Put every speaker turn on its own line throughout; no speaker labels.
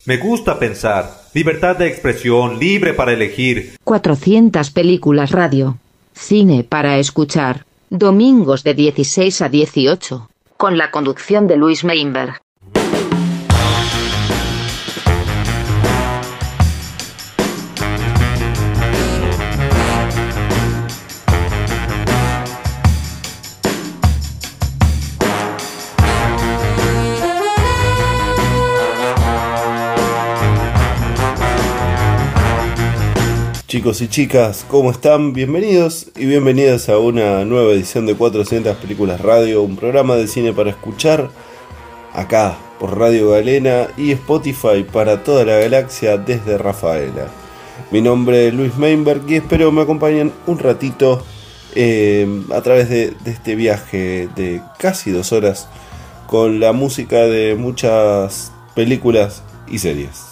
Me gusta pensar. Libertad de expresión, libre para elegir.
400 películas radio. Cine para escuchar. Domingos de 16 a 18. Con la conducción de Luis Meinberg.
Chicos y chicas, ¿cómo están? Bienvenidos y bienvenidas a una nueva edición de 400 Películas Radio, un programa de cine para escuchar acá por Radio Galena y Spotify para toda la galaxia desde Rafaela. Mi nombre es Luis Meinberg y espero me acompañen un ratito a través de este viaje de casi 2 horas con la música de muchas películas y series.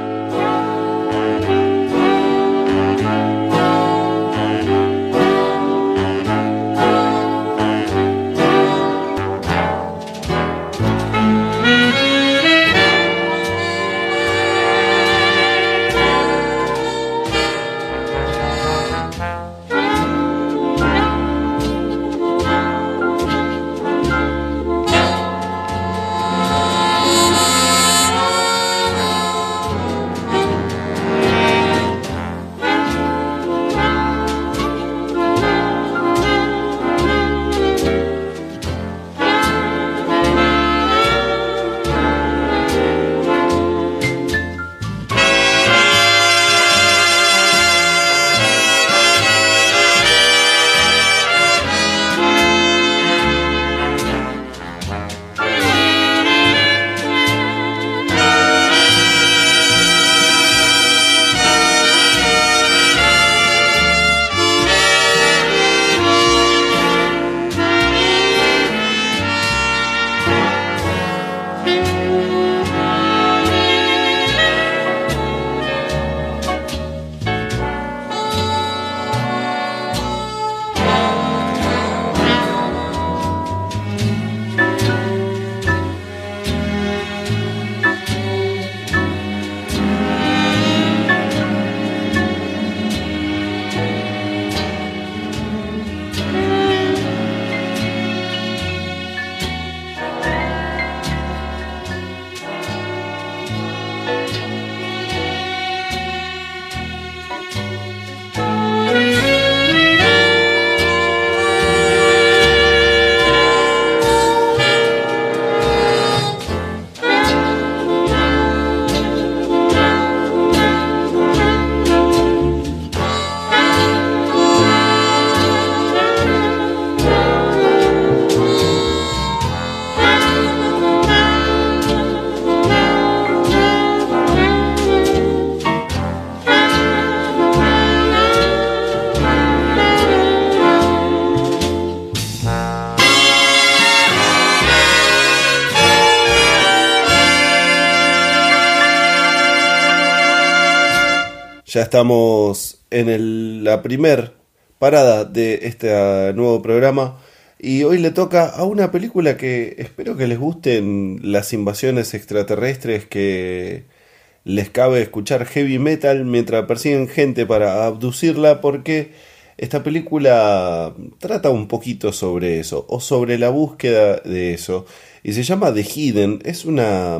Ya estamos en la primer parada de este nuevo programa y hoy le toca a una película que espero que les gusten las invasiones extraterrestres, que les cabe escuchar heavy metal mientras persiguen gente para abducirla, porque esta película trata un poquito sobre eso, o sobre la búsqueda de eso, y se llama The Hidden. Es una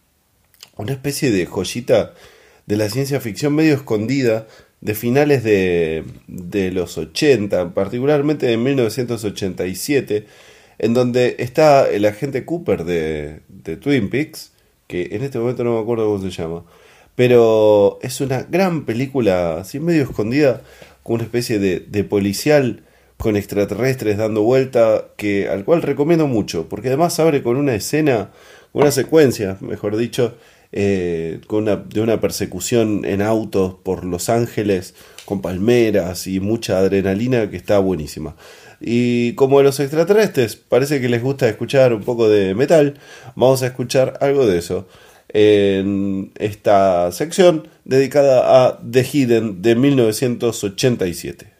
especie de joyita de la ciencia ficción medio escondida de finales de los 80, particularmente de 1987, en donde está el agente Cooper de Twin Peaks, que en este momento no me acuerdo cómo se llama, pero es una gran película así medio escondida, con una especie de policial con extraterrestres dando vuelta, al cual recomiendo mucho, porque además abre con una secuencia, mejor dicho, de una persecución en autos por Los Ángeles con palmeras y mucha adrenalina, que está buenísima. Y como a los extraterrestres parece que les gusta escuchar un poco de metal, vamos a escuchar algo de eso en esta sección dedicada a The Hidden de 1987.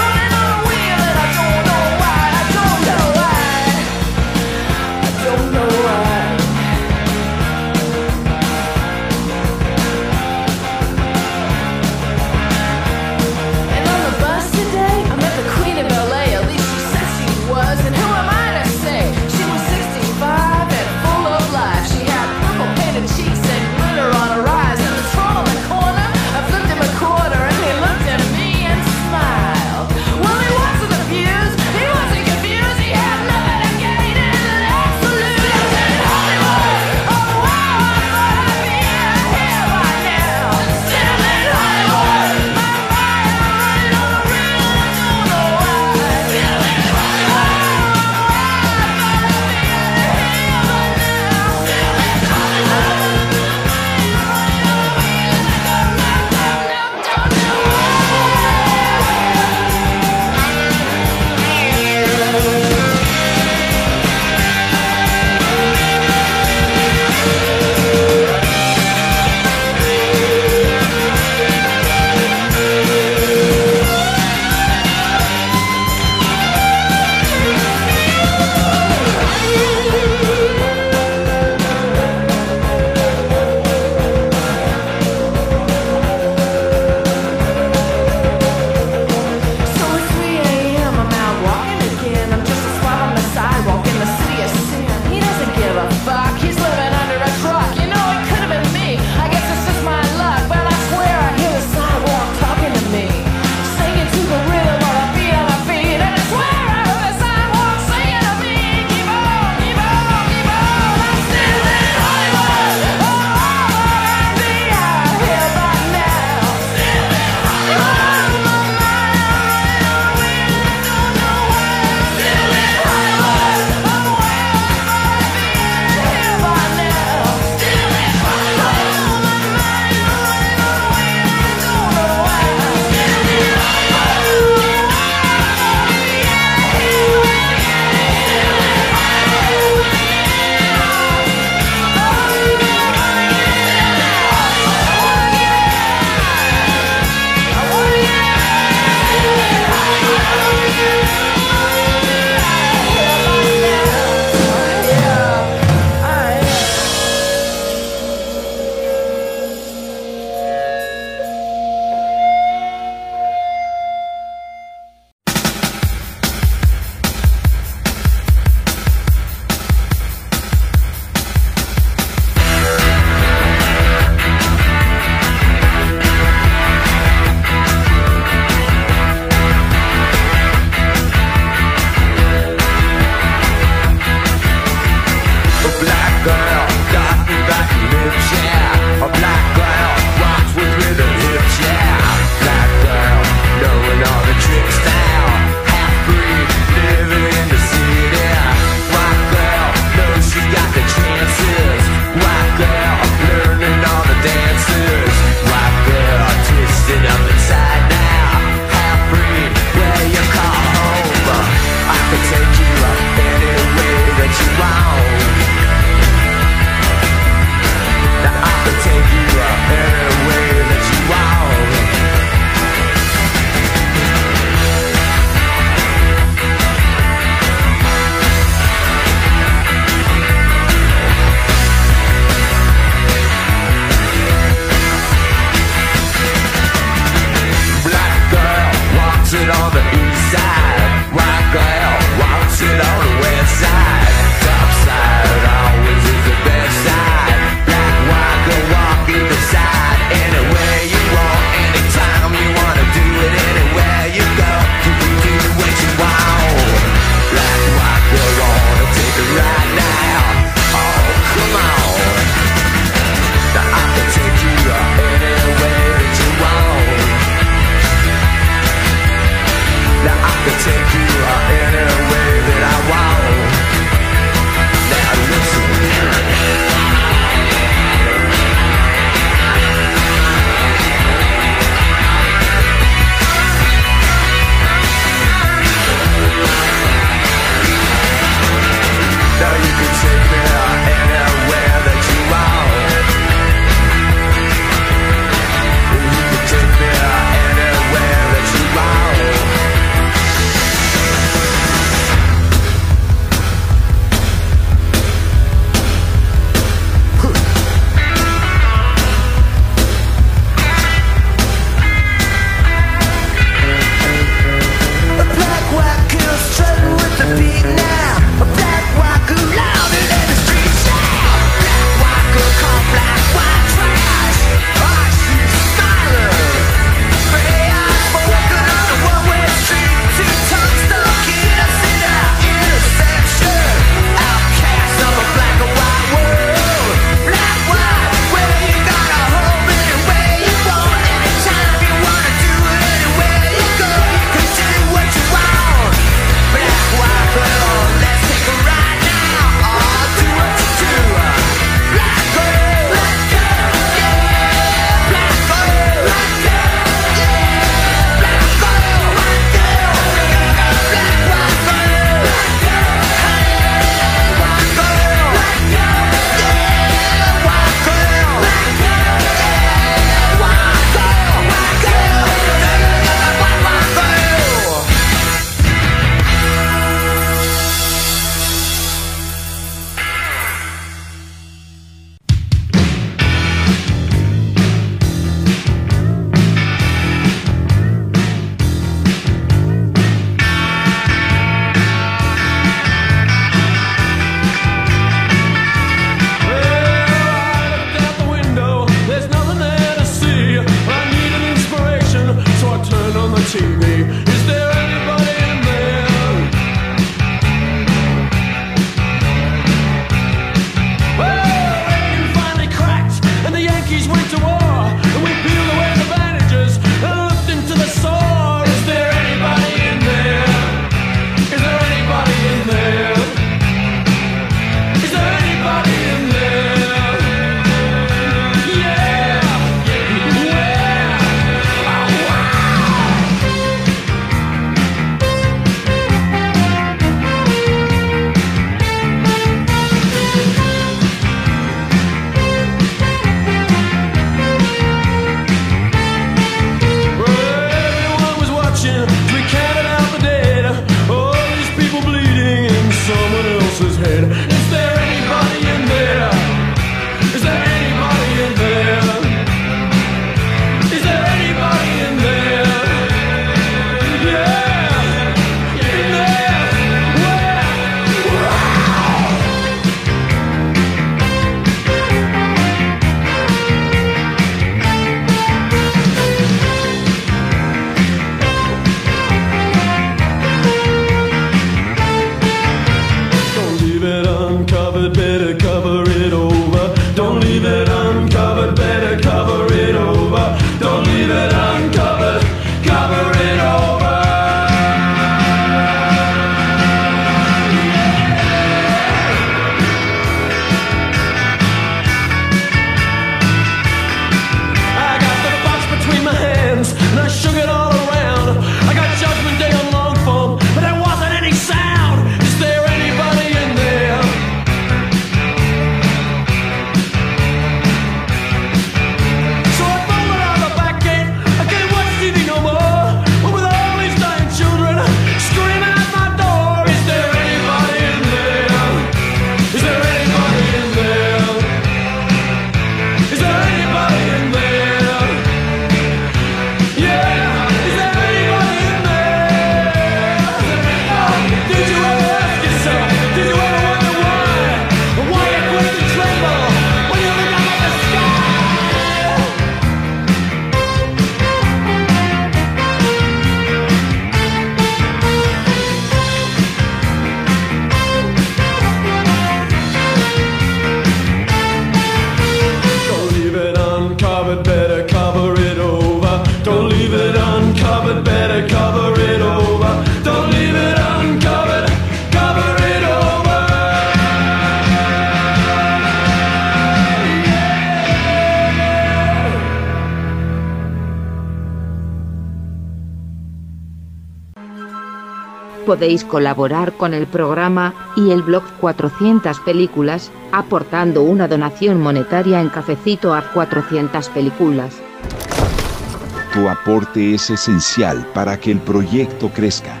Podéis colaborar con el programa y el blog 400 Películas, aportando una donación monetaria en Cafecito a 400 Películas.
Tu aporte es esencial para que el proyecto crezca.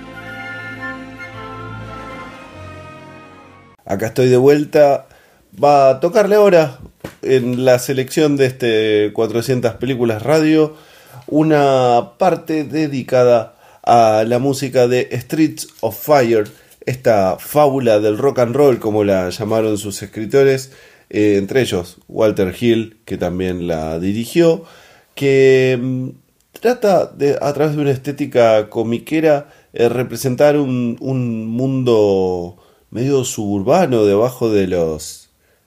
Acá estoy de vuelta. Va a tocarle ahora en la selección de este 400 Películas Radio una parte dedicada a la música de Streets of Fire, esta fábula del rock and roll como la llamaron sus escritores, entre ellos Walter Hill, que también la dirigió, que trata de, a través de una estética comiquera, representar un mundo medio suburbano debajo de los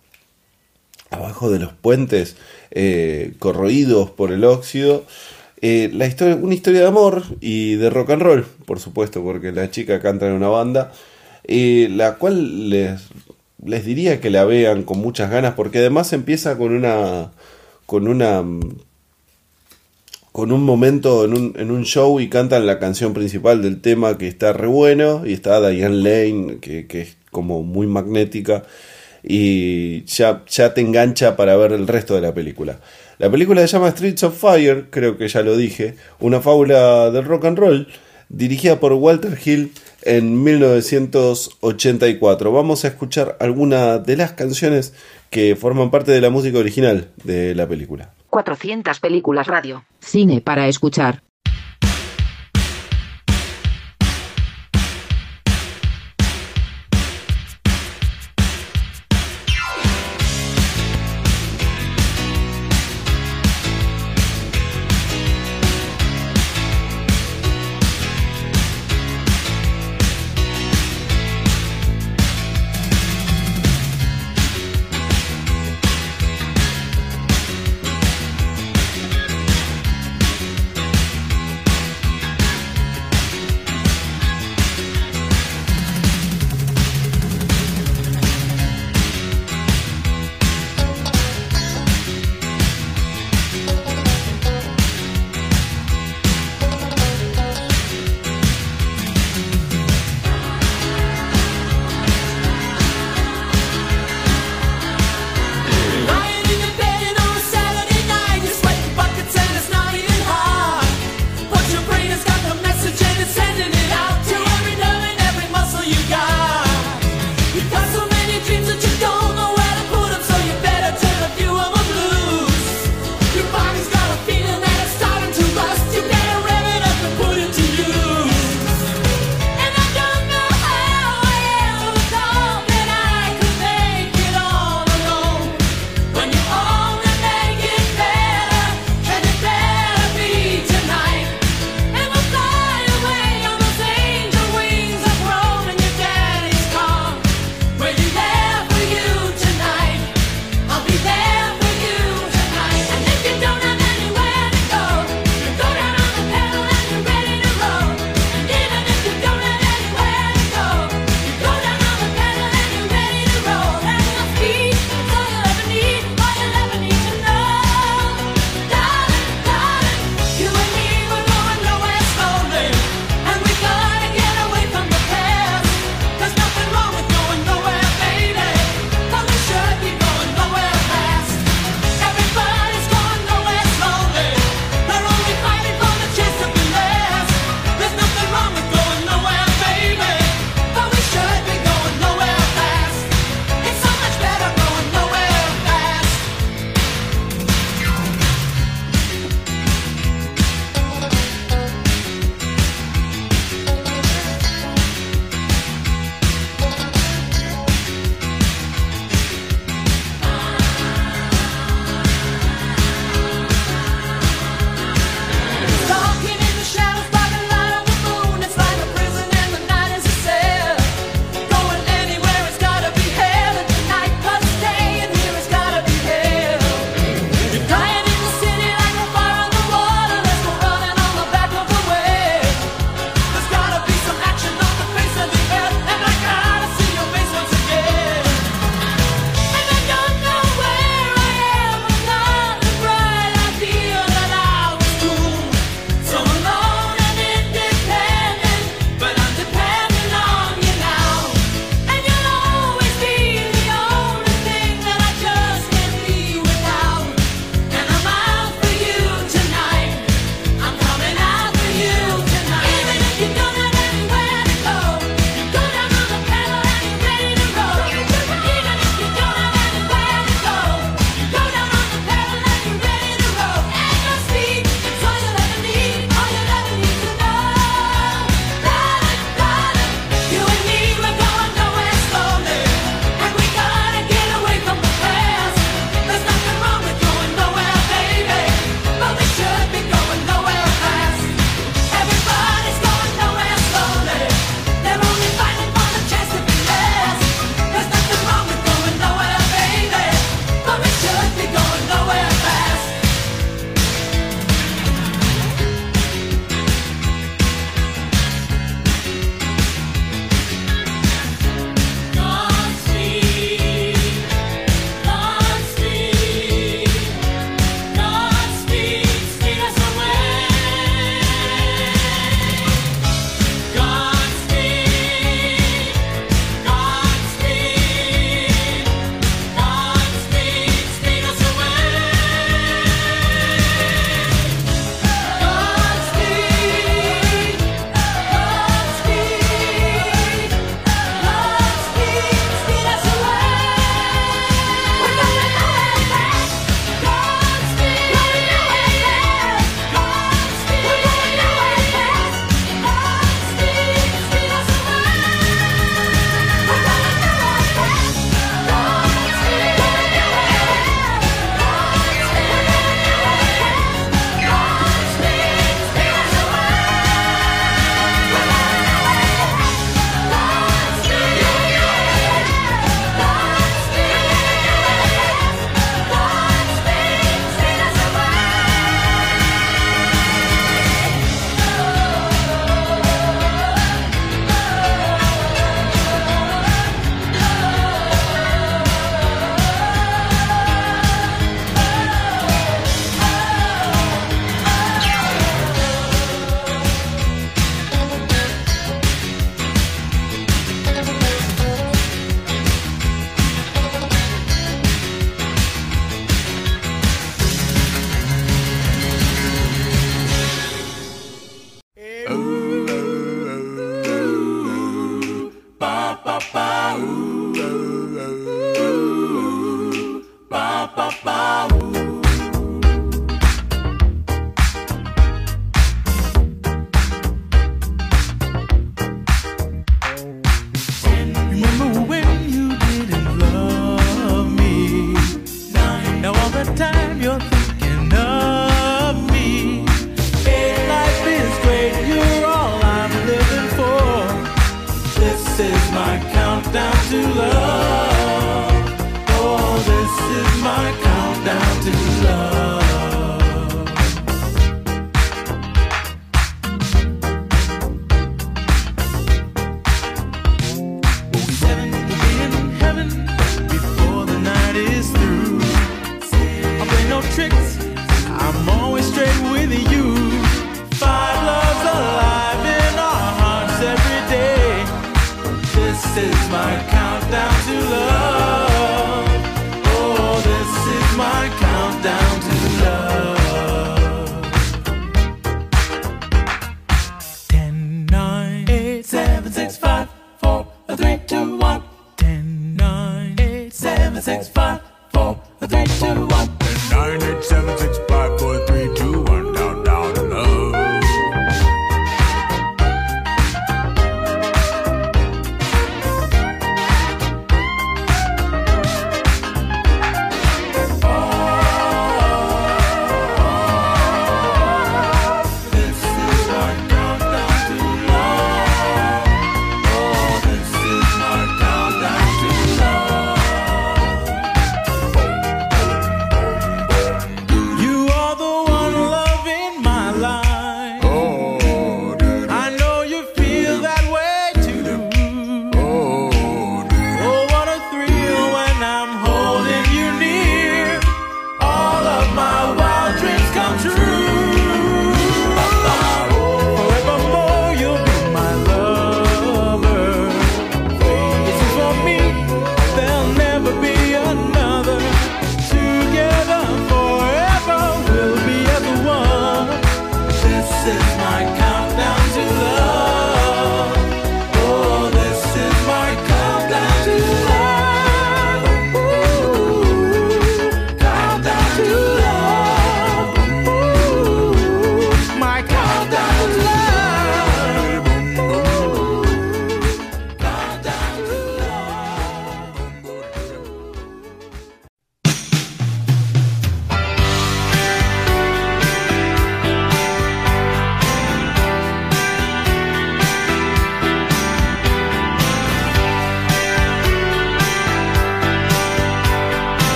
puentes corroídos por el óxido. Una historia de amor y de rock and roll, por supuesto, porque la chica canta en una banda, la cual les diría que la vean con muchas ganas, porque además empieza con un momento en un show y cantan la canción principal del tema, que está re bueno, y está Diane Lane, que es como muy magnética, y ya te engancha para ver el resto de la película. La película se llama Streets of Fire, creo que ya lo dije, una fábula del rock and roll, dirigida por Walter Hill en 1984. Vamos a escuchar algunas de las canciones que forman parte de la música original de la película.
400 Películas Radio. Cine para escuchar.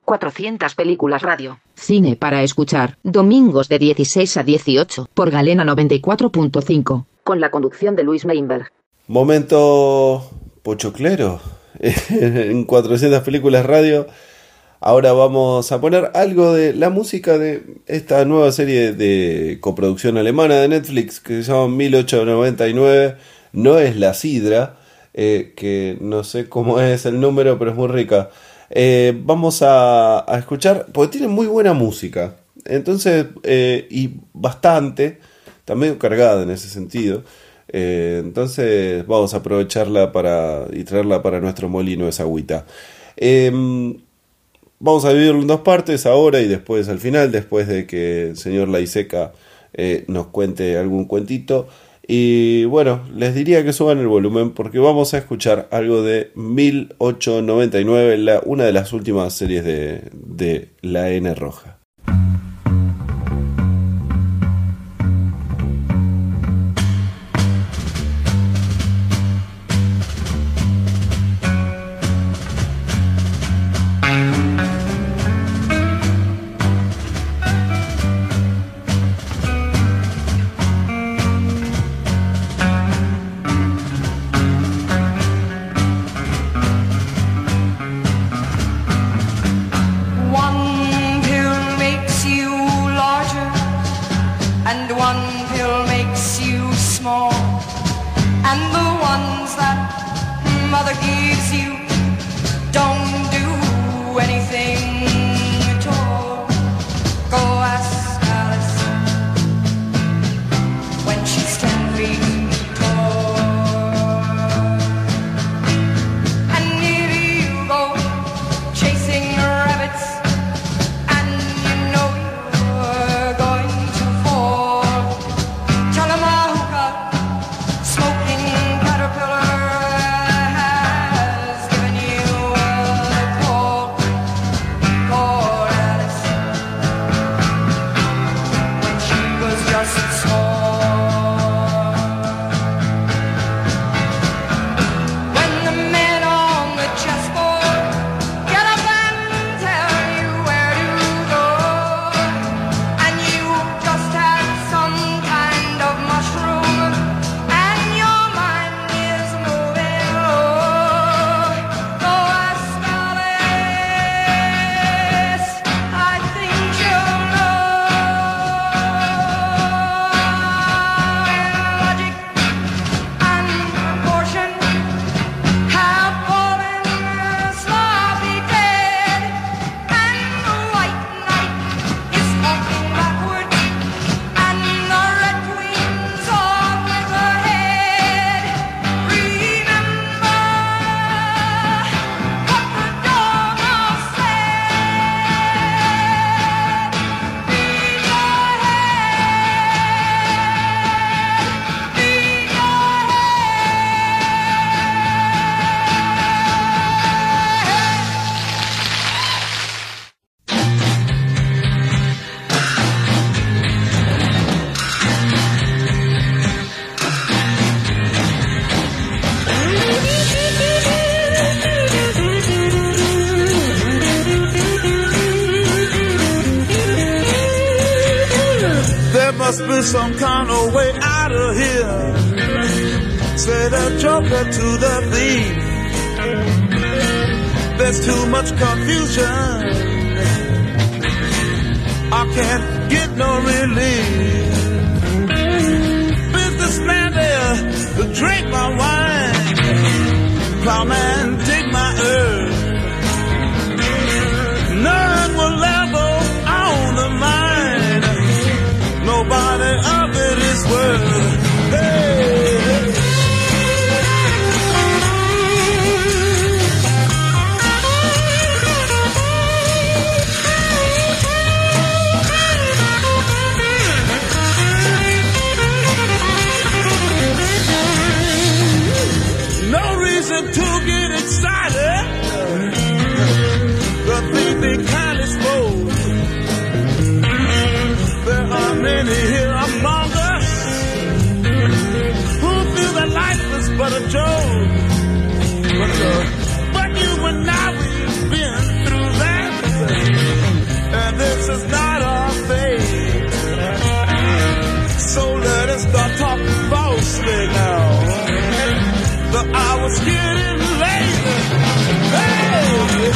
400 películas radio. Cine para escuchar. Domingos de 16 a 18 por Galena 94.5. Con la conducción de Luis Meinberg.
Momento pochoclero en 400 películas radio. Ahora vamos a poner algo de la música de esta nueva serie de coproducción alemana de Netflix que se llama 1899. No es La Sidra, que no sé cómo es el número, pero es muy rica. Vamos a escuchar, porque tiene muy buena música. Entonces, y bastante, también cargada en ese sentido. Entonces vamos a aprovecharla y traerla para nuestro molino esa agüita. Vamos a dividirlo en dos partes, ahora y después al final, después de que el señor Laiseca nos cuente algún cuentito. Y bueno, les diría que suban el volumen porque vamos a escuchar algo de 1899, una de las últimas series de la N Roja.
Some kind of way out of here, said a joker to the thief. There's too much confusion, I can't get no relief. Businessman there to drink my wine, plowman take my earth. None will ever own the mine, nobody of it is worth. Hey, hey. No reason to get excited, the thing they kindly spoke. There are many here among us who feel that life is but a joke. But you and I, we've been through that. is not our fate. So let us start talking falsely now. The hour's getting late. Hey!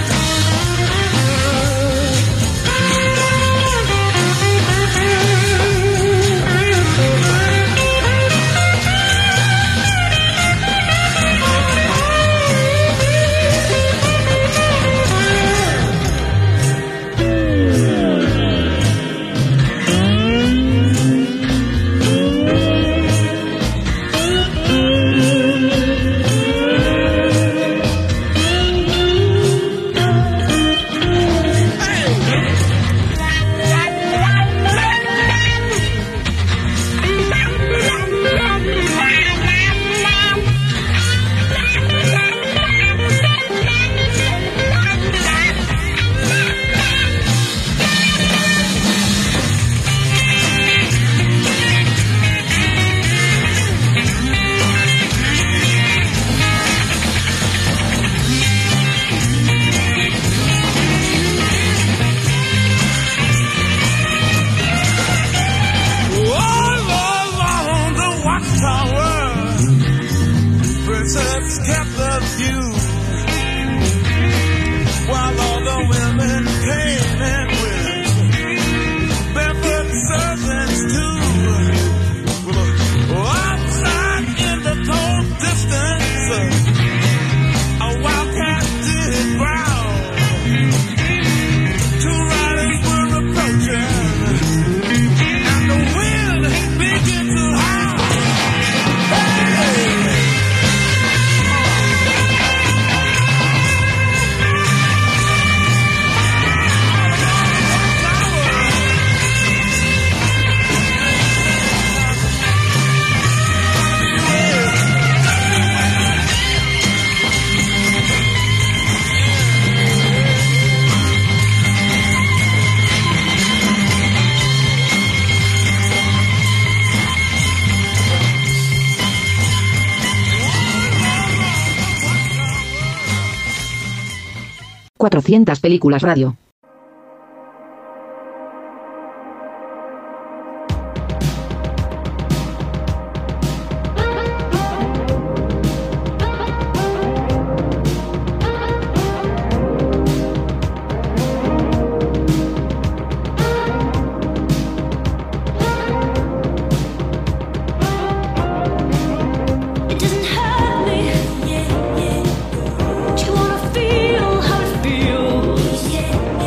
¡400 películas radio!
Feel how it feels.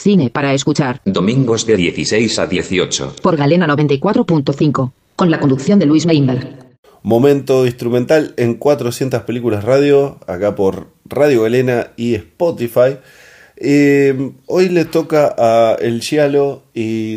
Cine para escuchar.
Domingos de 16 a 18.
Por Galena 94.5. Con la conducción de Luis Meinberg.
Momento instrumental en 400 películas radio, acá por Radio Galena y Spotify. Hoy le toca a El Giallo y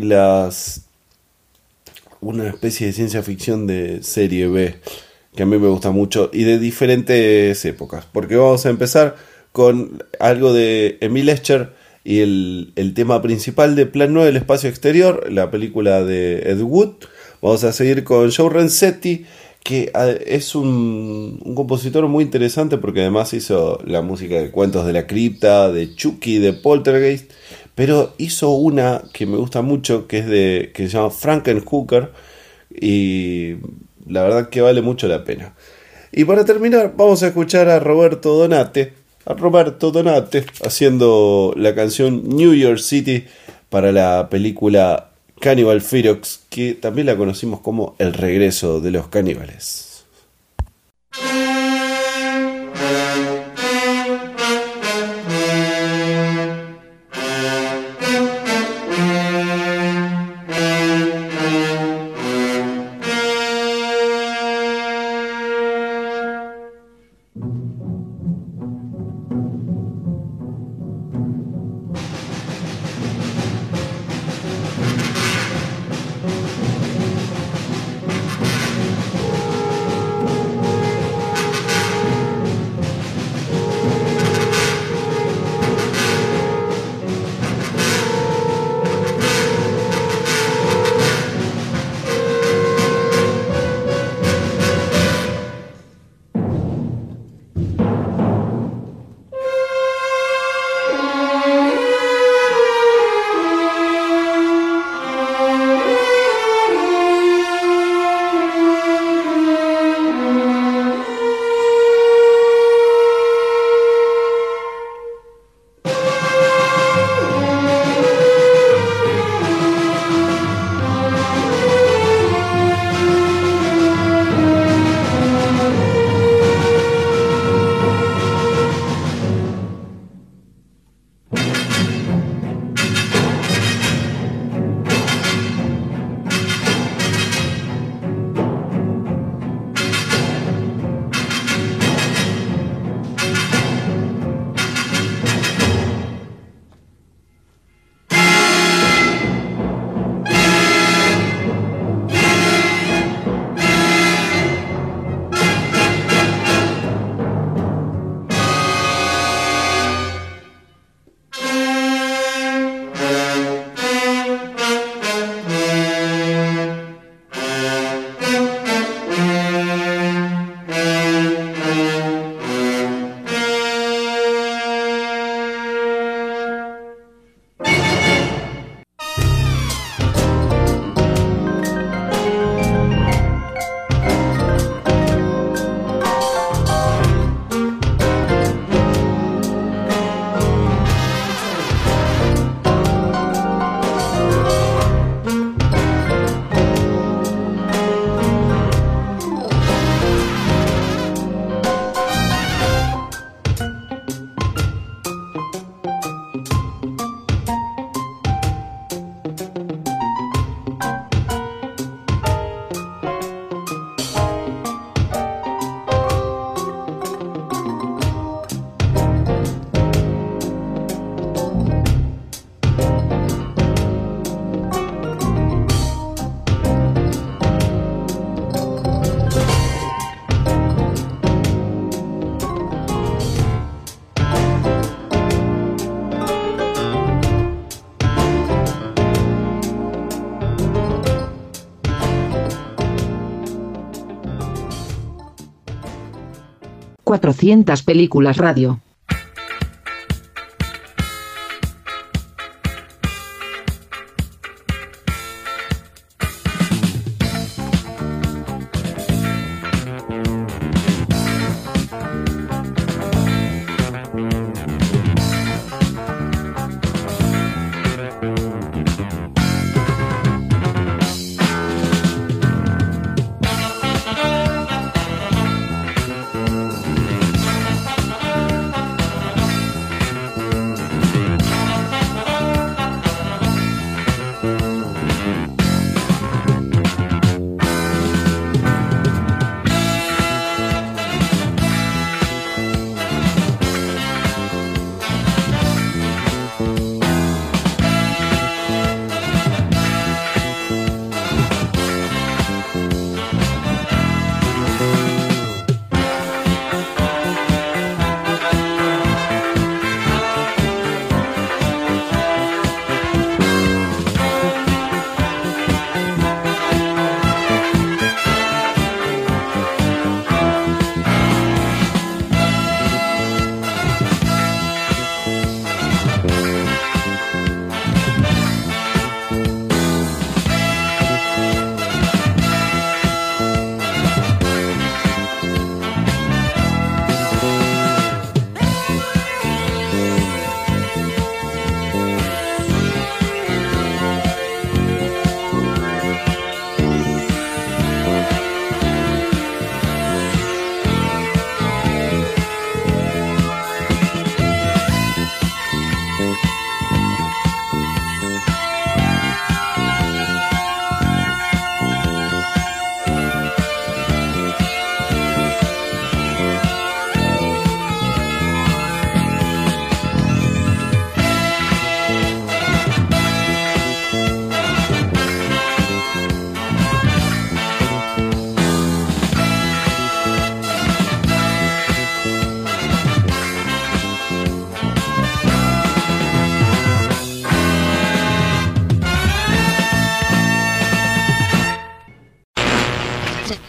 una especie de ciencia ficción de serie B, que a mí me gusta mucho y de diferentes épocas, porque vamos a empezar con algo de Emil Escher y el tema principal de Plan 9, el espacio exterior, la película de Ed Wood. Vamos a seguir con Joe Renzetti, que es un compositor muy interesante porque además hizo la música de Cuentos de la Cripta, de Chucky, de Poltergeist, pero hizo una que me gusta mucho que se llama Frankenhooker, y la verdad que vale mucho la pena. Y para terminar vamos a escuchar a Roberto Donate haciendo la canción New York City para la película Cannibal Ferox, que también la conocimos como El regreso de los caníbales.
...400 películas radio.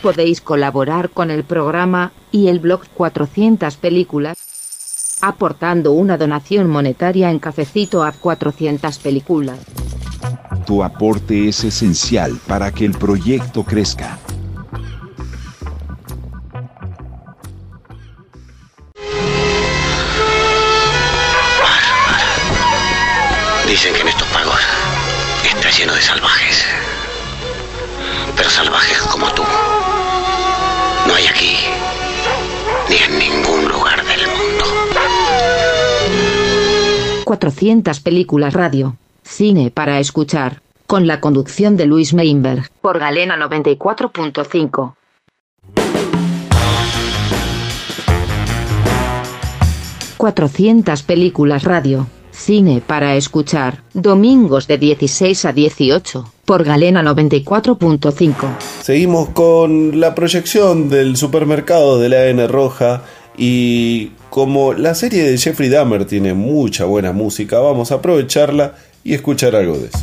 Podéis colaborar con el programa y el blog 400 películas aportando una donación monetaria en Cafecito App 400 películas.
Tu aporte es esencial para que el proyecto crezca.
Dicen que en estos pagos está lleno de salvajes. Pero salvajes como tú no hay aquí ni en ningún lugar del mundo.
400 películas radio. Cine para escuchar. Con la conducción de Luis Meinberg. Por Galena 94.5. ...400 películas radio... Cine para escuchar, domingos de 16 a 18, por Galena 94.5.
Seguimos con la proyección del supermercado de la N Roja y como la serie de Jeffrey Dahmer tiene mucha buena música, vamos a aprovecharla y escuchar algo de eso.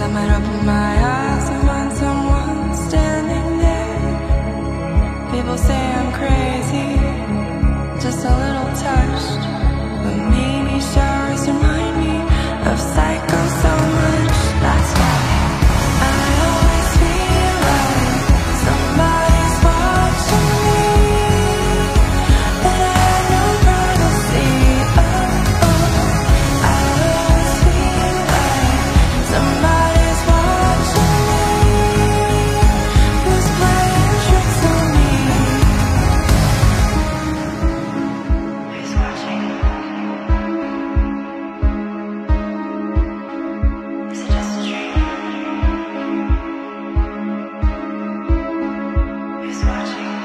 I might open my eyes and find someone standing there. People say I'm crazy, just a little touched, but maybe showers remind me of Psycho so much. That's why I always feel like somebody's watching me, and I have no privacy. Oh, I always feel like somebody's watching me, who's playing tricks on me. Who's watching? Is it just a dream? Who's watching?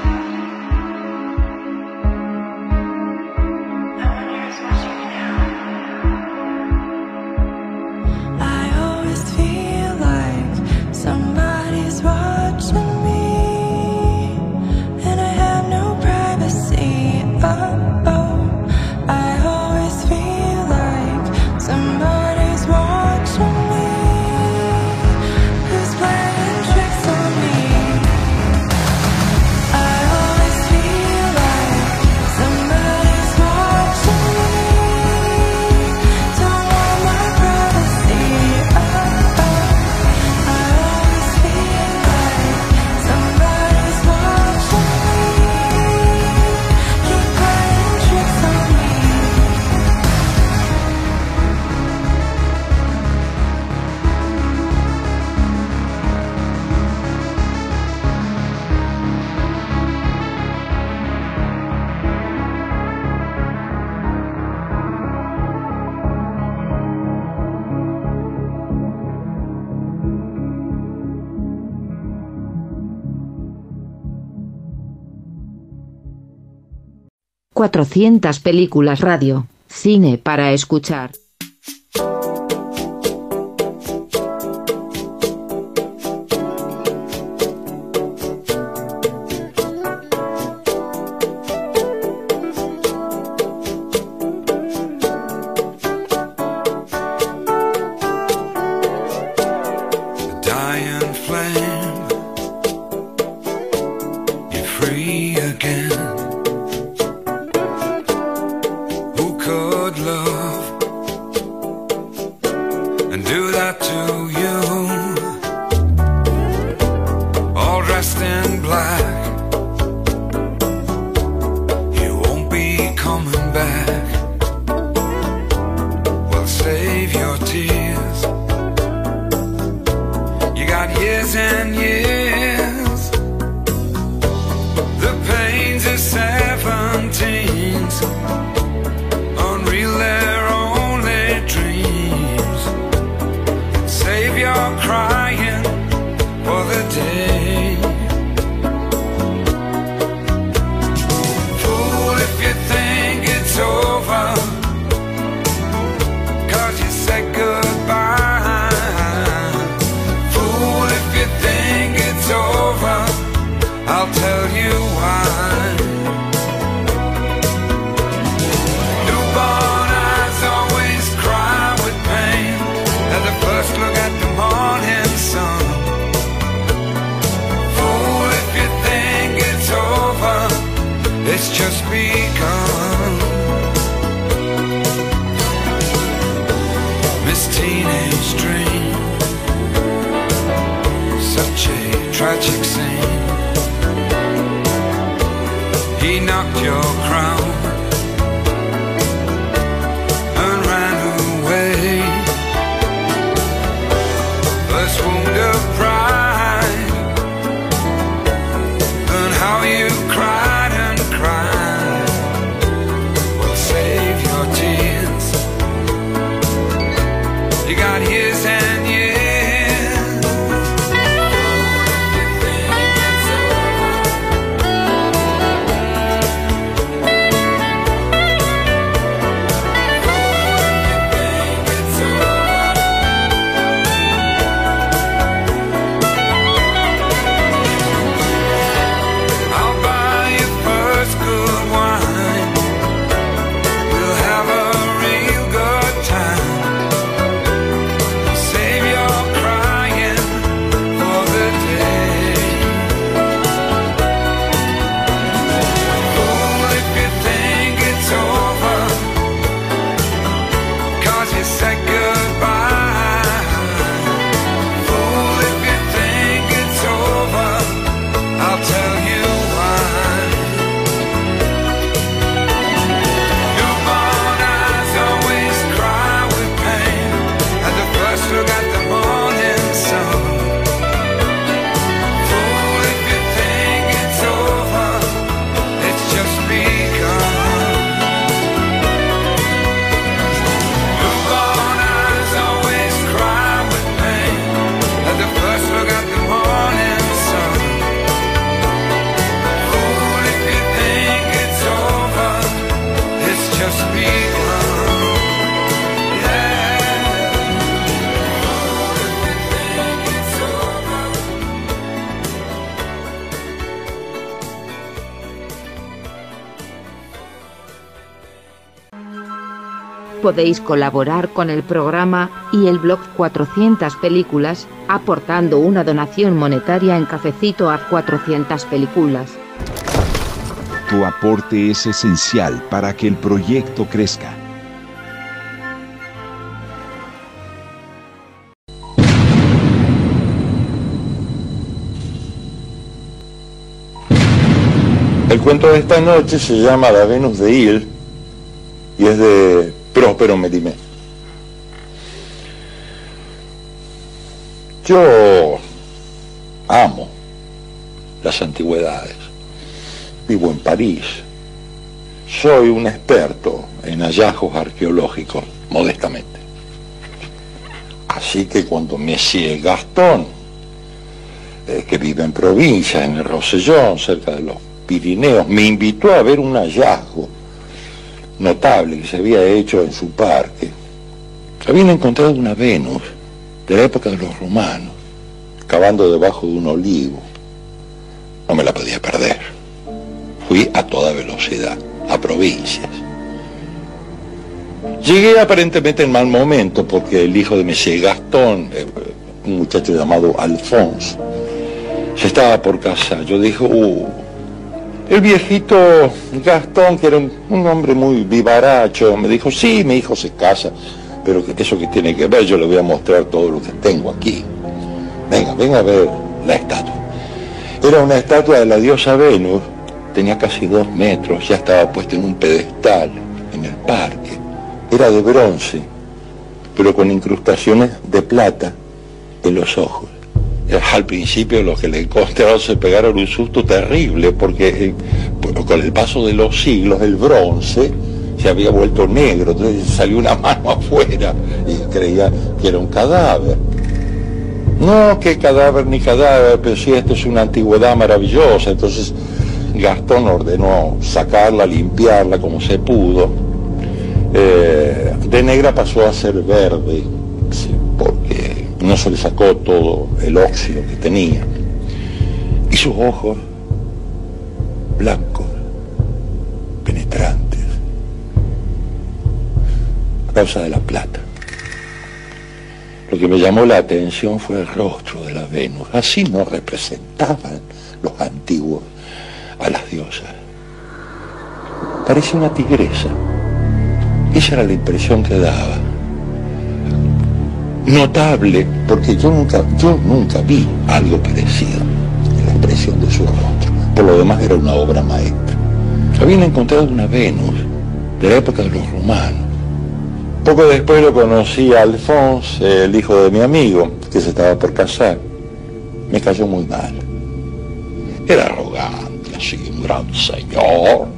I wonder who's watching me now. I always feel like somebody's watching me, and I have no privacy. Oh, I always feel like somebody's watching me, who's playing tricks on me. I always feel like somebody's watching me, don't want my privacy. I always feel like somebody's watching me, keep playing tricks on me.
×400 películas radio, cine para escuchar.
Dying flame, you're free again. Who could love and do that to you? All dressed in black, you won't be coming back. Well, save your tears. You got years and years. The pains of 17s, unreal, they're only dreams. Save your crying for the day. Fool if you think it's over, 'cause you said goodbye. Fool if you think it's over, I'll tell you why. Newborn eyes always cry with pain at the first look at the morning sun. Fool if you think it's over, it's just begun. Miss Teenage Dream, such a tragic scene. He knocked your crown and ran away. First wound of pride, and how you cried and cried. Well, save your tears. You got years and years. You think it's over.
Podéis colaborar con el programa y el blog 400 películas, aportando una donación monetaria en Cafecito a 400 películas.
Tu aporte es esencial para que el proyecto crezca.
El cuento de esta noche se llama La Venus de Il y es de Próspero Mérimée. Yo amo las antigüedades. Vivo en París. Soy un experto en hallazgos arqueológicos, modestamente. Así que cuando Monsieur Gaston, que vive en provincia, en el Rosellón, cerca de los Pirineos, me invitó a ver un hallazgo notable que se había hecho en su parque. Habían encontrado una Venus de la época de los romanos, cavando debajo de un olivo. No me la podía perder. Fui a toda velocidad, a provincias. Llegué aparentemente en mal momento porque el hijo de Monsieur Gaston, un muchacho llamado Alphonse, se estaba por casar. Yo dije, el viejito Gastón, que era un hombre muy vivaracho, me dijo, sí, mi hijo se casa, pero eso que tiene que ver, yo le voy a mostrar todo lo que tengo aquí. Venga a ver la estatua. Era una estatua de la diosa Venus, tenía casi 2 metros, ya estaba puesta en un pedestal en el parque. Era de bronce, pero con incrustaciones de plata en los ojos. Al principio los que le encontraron se pegaron un susto terrible porque con el paso de los siglos el bronce se había vuelto negro, entonces salió una mano afuera y creía que era un cadáver. No, que cadáver ni cadáver, pero sí, esto es una antigüedad maravillosa. Entonces Gastón ordenó sacarla, limpiarla como se pudo. De negra pasó a ser verde, porque no se le sacó todo el óxido que tenía. Y sus ojos blancos, penetrantes, a causa de la plata. Lo que me llamó la atención fue el rostro de la Venus. Así no representaban los antiguos a las diosas. Parece una tigresa. Esa era la impresión que daba. Notable, porque yo nunca vi algo parecido en la expresión de su rostro. Por lo demás era una obra maestra. Habían encontrado una Venus de la época de los romanos. Poco después lo conocí a Alphonse, el hijo de mi amigo, que se estaba por casar. Me cayó muy mal. Era arrogante, así, un gran señor.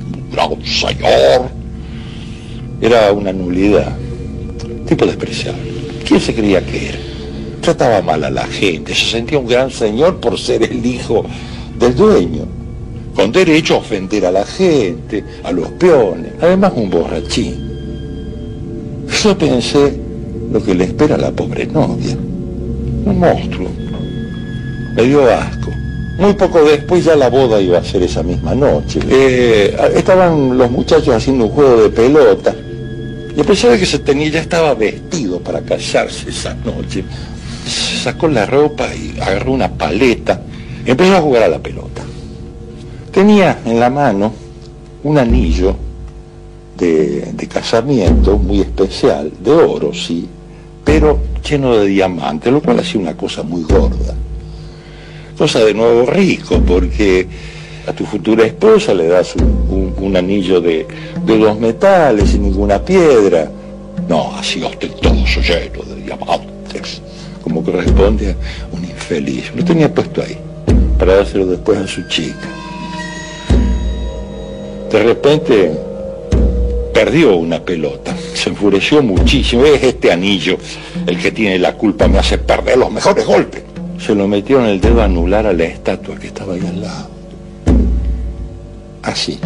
Era una nulidad, tipo despreciable. ¿Quién se creía que era? Trataba mal a la gente, se sentía un gran señor por ser el hijo del dueño, con derecho a ofender a la gente, a los peones, además un borrachín. Yo pensé lo que le espera a la pobre novia, un monstruo. Me dio asco. Muy poco después ya la boda iba a ser esa misma noche. Estaban los muchachos haciendo un juego de pelota. Y a pesar de que ya estaba vestido para casarse esa noche, se sacó la ropa y agarró una paleta y empezó a jugar a la pelota. Tenía en la mano un anillo de casamiento muy especial, de oro, sí, pero lleno de diamantes, lo cual hacía una cosa muy gorda. Cosa de nuevo rico, porque a tu futura esposa le das un anillo de 2 metales sin ninguna piedra. No, así ostentoso, lleno de diamantes, como corresponde a un infeliz. Lo tenía puesto ahí, para dárselo después a su chica. De repente perdió una pelota, se enfureció muchísimo. Es este anillo el que tiene la culpa, me hace perder los mejores golpes. Se lo metió en el dedo anular a la estatua que estaba ahí al lado. Así.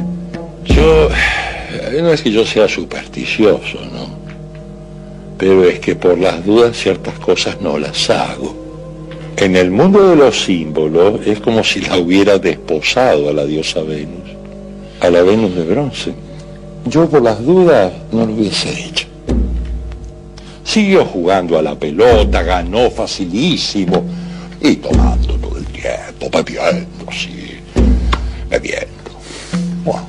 No es que yo sea supersticioso, ¿no? Pero es que por las dudas ciertas cosas no las hago. En el mundo de los símbolos es como si la hubiera desposado a la diosa Venus, a la Venus de bronce. yo por las dudas no lo hubiese hecho. Siguió jugando a la pelota, ganó facilísimo y tomando todo el tiempo, bebiendo, sí, bebiendo. Bueno.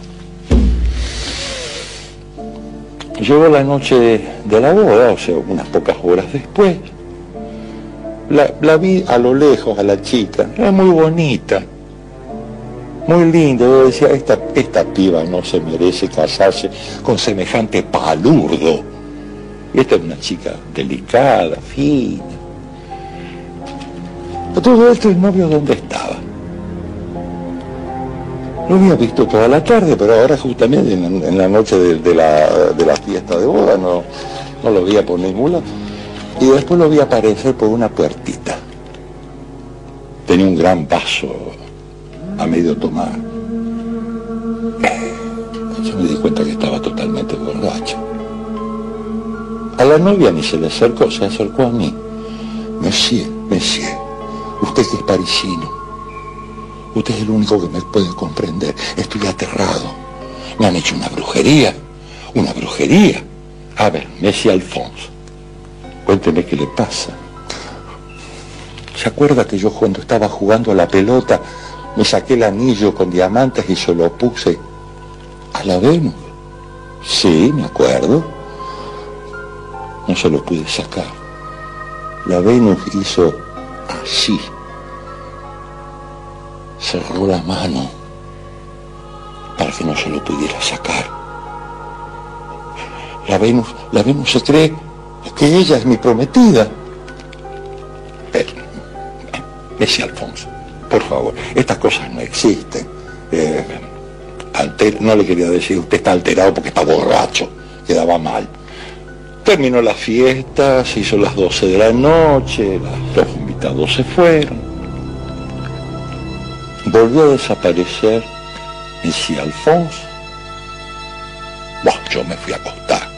Llegó la noche de la boda, o sea, unas pocas horas después. La vi a lo lejos a la chica, era muy bonita, muy linda. Yo decía, esta piba no se merece casarse con semejante palurdo. Y esta es una chica delicada, fina. A todo esto el novio, ¿dónde estaba? Lo había visto toda la tarde, pero ahora justamente en la noche de la fiesta de boda no lo veía por ningún lado. Y después lo vi aparecer por una puertita. Tenía un gran vaso a medio tomar. Yo me di cuenta que estaba totalmente borracho. A la novia ni se le acercó, se acercó a mí. Monsieur, usted que es parisino, usted es el único que me puede comprender. Estoy aterrado. Me han hecho una brujería. A ver, Monsieur Alphonse, cuénteme qué le pasa. ¿Se acuerda que yo cuando estaba jugando a la pelota me saqué el anillo con diamantes y se lo puse a la Venus? Sí, me acuerdo. No se lo pude sacar. La Venus hizo así. Cerró la mano para que no se lo pudiera sacar. La Venus se cree que ella es mi prometida. Monsieur Alphonse, por favor, estas cosas no existen. No le quería decir, usted está alterado porque está borracho, quedaba mal. Terminó la fiesta, se hizo las 12 de la noche, los invitados se fueron. Volvió a desaparecer Monsieur Alphonse. Bueno, yo me fui a acostar.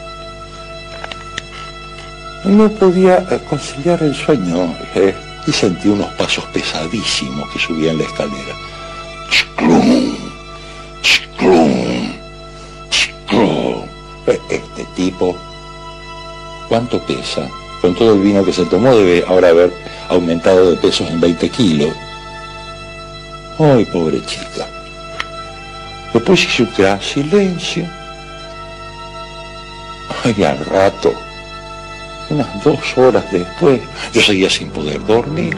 No podía conciliar el sueño y sentí unos pasos pesadísimos que subían la escalera. ¡Chiclum! ¡Chiclum! ¡Chiclum! Este tipo, ¿cuánto pesa? Con todo el vino que se tomó debe ahora haber aumentado de pesos en 20 kilos. ¡Ay, pobre chica! Después hice un gran silencio. Ay, al rato, unas 2 horas después, yo seguía sin poder dormir.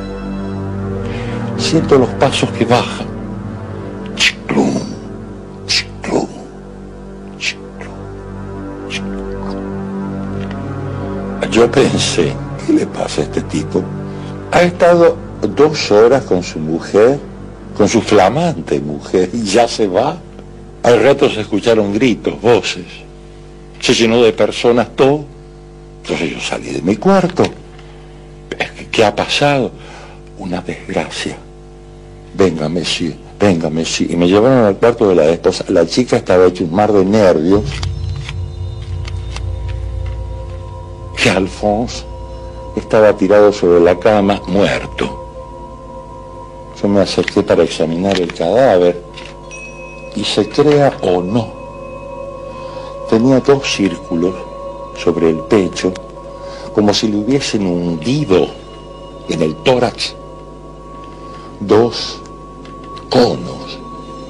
Siento los pasos que bajan. Chiclum, chiclum, chiclum, chiclum. Yo pensé, ¿qué le pasa a este tipo? Ha estado 2 horas con su mujer, con su flamante mujer, y ya se va. Al rato se escucharon gritos, voces. Se llenó de personas todo. Entonces yo salí de mi cuarto. ¿Qué ha pasado? Una desgracia. Venga, Monsieur. Y me llevaron al cuarto de la esposa. La chica estaba hecha un mar de nervios. Y Alphonse estaba tirado sobre la cama, muerto. Yo me acerqué para examinar el cadáver. Y se crea o no, tenía 2 círculos sobre el pecho, como si le hubiesen hundido en el tórax 2 conos.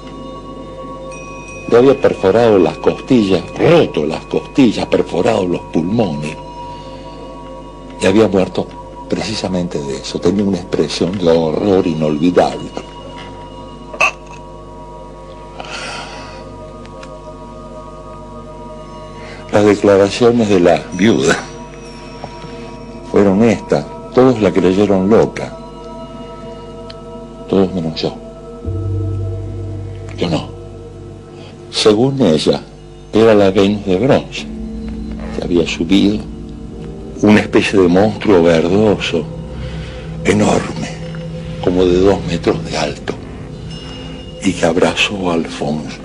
Le había perforado las costillas, roto las costillas, perforado los pulmones. Y había muerto precisamente de eso. Tenía una expresión de horror inolvidable. Las declaraciones de la viuda fueron estas. Todos la creyeron loca. Todos menos yo. Yo no. Según ella, era la Venus de bronce, que había subido, una especie de monstruo verdoso, enorme, como de 2 metros de alto, y que abrazó a Alphonse.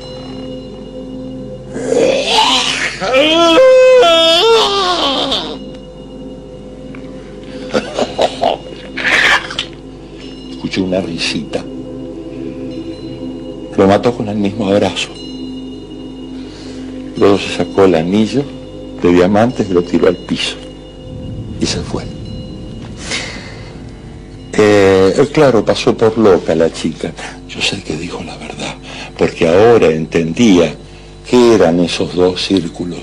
Escuché una risita. Lo mató con el mismo abrazo. Luego se sacó el anillo de diamantes y lo tiró al piso. Y se fue. Claro, pasó por loca la chica. Yo sé que dijo la verdad, porque ahora entendía qué eran esos dos círculos.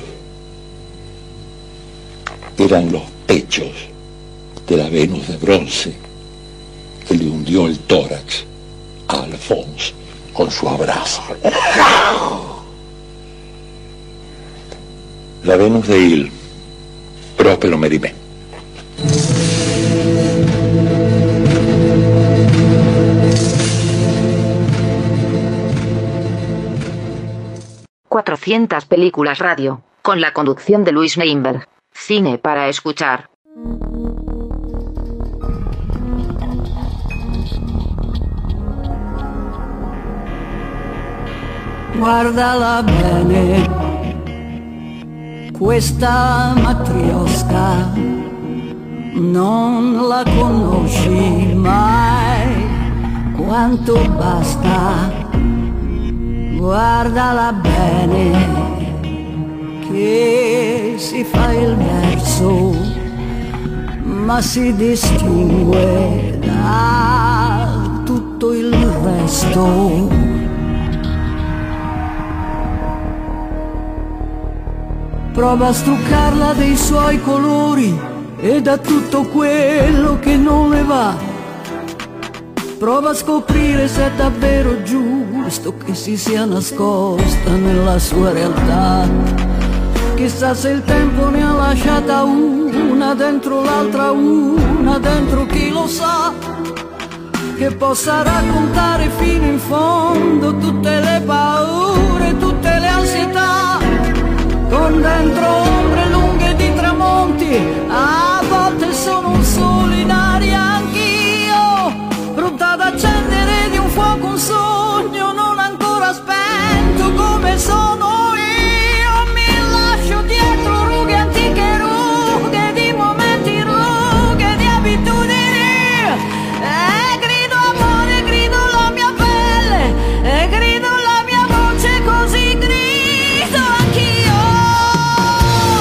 Eran los pechos de la Venus de bronce que le hundió el tórax a Alphonse con su abrazo. La Venus de Il, Próspero Mérimée.
...400 películas radio, con la conducción de Luis Meinberg. Cine para escuchar.
Guardala bene, questa matriosca, non la conosci mai, quanto basta. Guardala bene, che si fa il verso, ma si distingue da tutto il resto. Prova a struccarla dei suoi colori e da tutto quello che non le va. Prova a scoprire se è davvero giusto che si sia nascosta nella sua realtà. Chissà se il tempo ne ha lasciata una dentro l'altra, una dentro chi lo sa, che possa raccontare fino in fondo tutte le paure, tutte le ansietà, con dentro ombre lunghe di tramonti, a volte sono un sole in aria anch'io, pronta ad accendere di un fuoco un sogno non ancora spento come sono io. Mi lascio dietro rughe antiche, rughe di momenti, rughe di abitudini, e grido amore, grido la mia pelle, e grido la mia voce, così grido anch'io.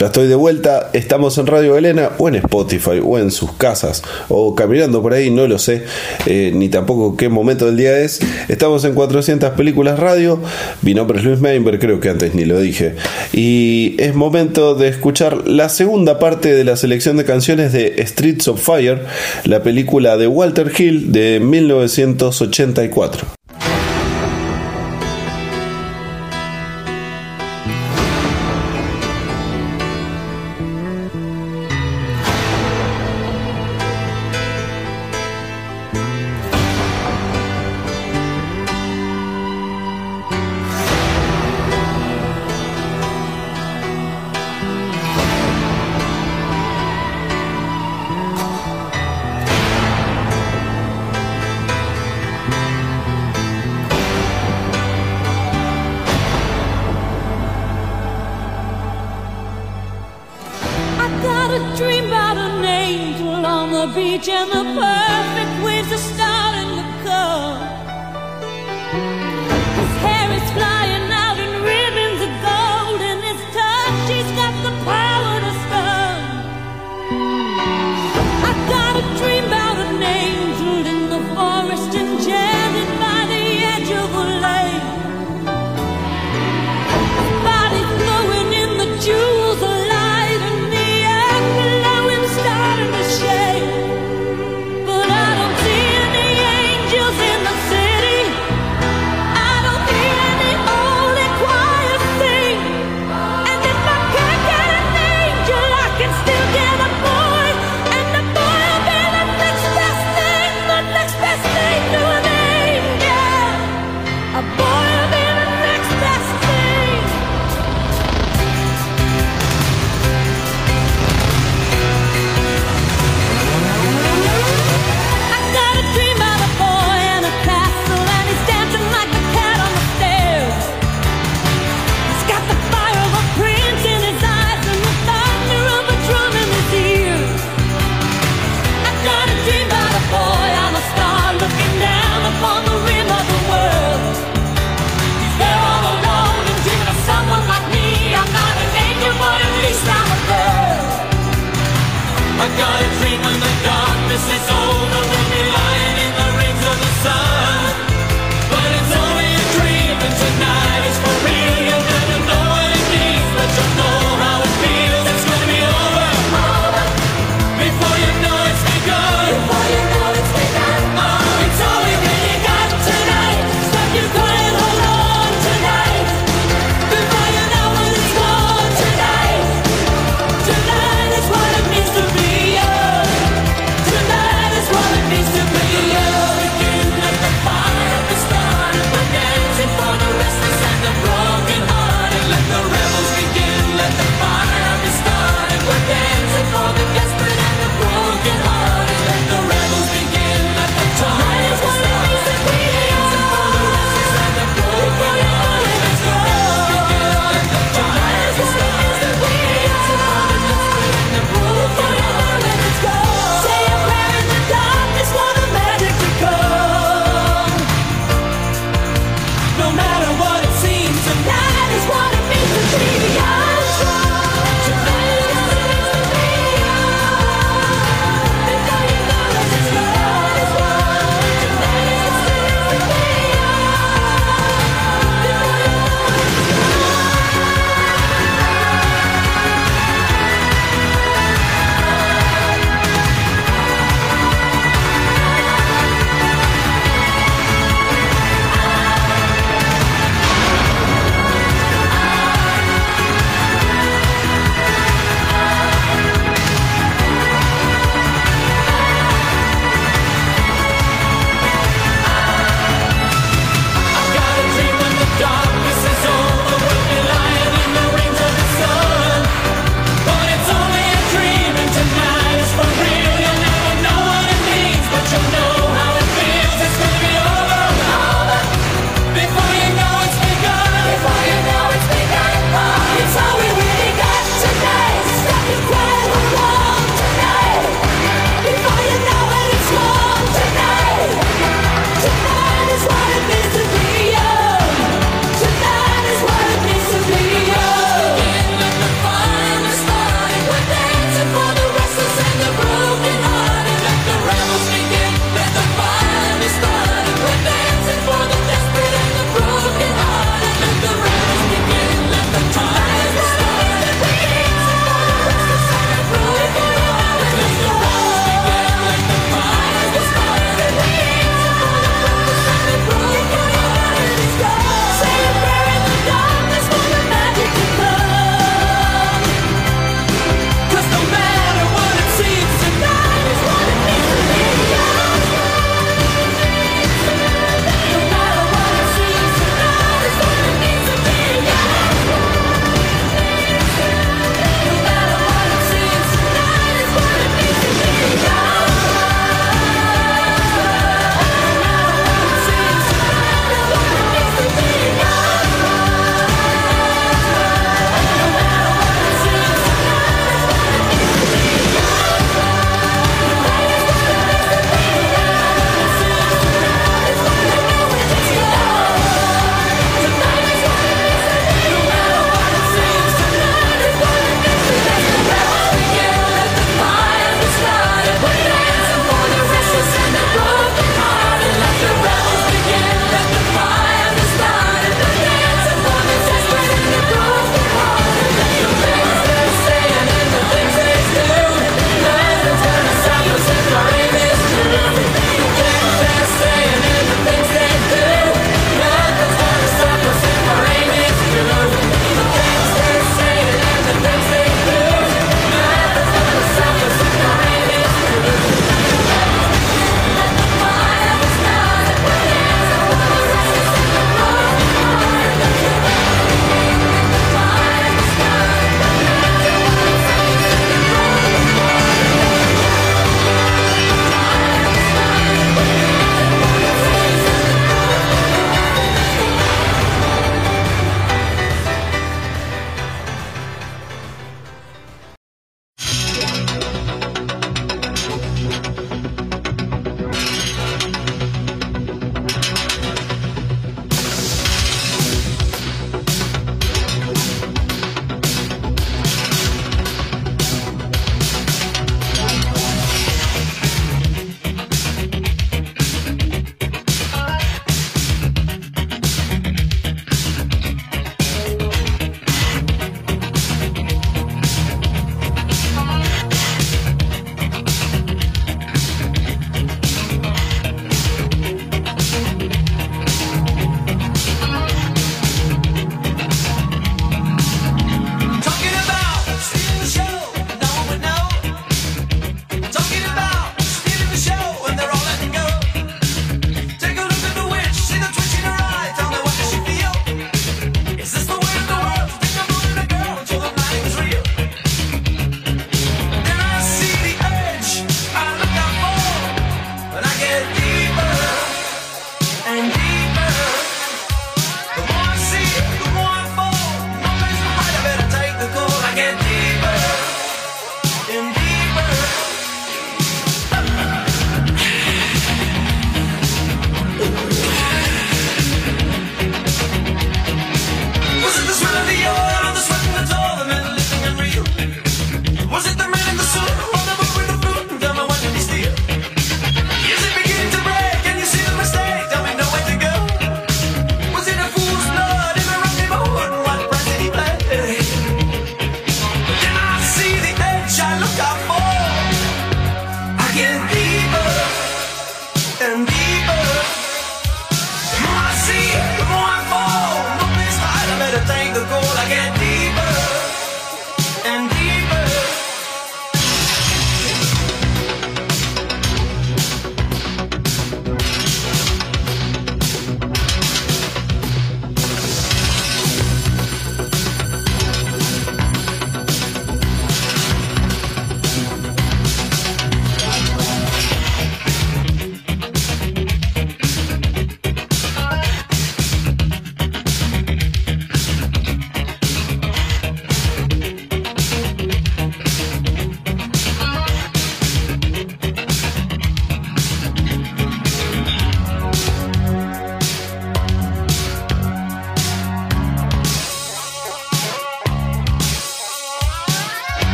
Ya estoy de vuelta, estamos en Radio Galena o en Spotify o en sus casas o caminando por ahí, no lo sé, ni tampoco qué momento del día es. Estamos en 400 Películas Radio, mi nombre es Luis Meinberg, creo que antes ni lo dije. Y es momento de escuchar la segunda parte de la selección de canciones de Streets of Fire, la película de Walter Hill de 1984.
But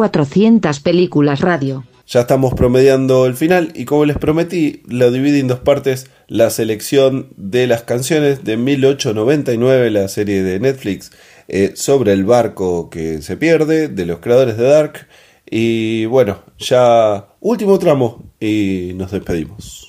400 películas radio.
Ya estamos promediando el final y como les prometí, lo dividí en dos partes, la selección de las canciones de 1899, la serie de Netflix sobre el barco que se pierde, de los creadores de Dark. Y bueno, ya último tramo y nos despedimos.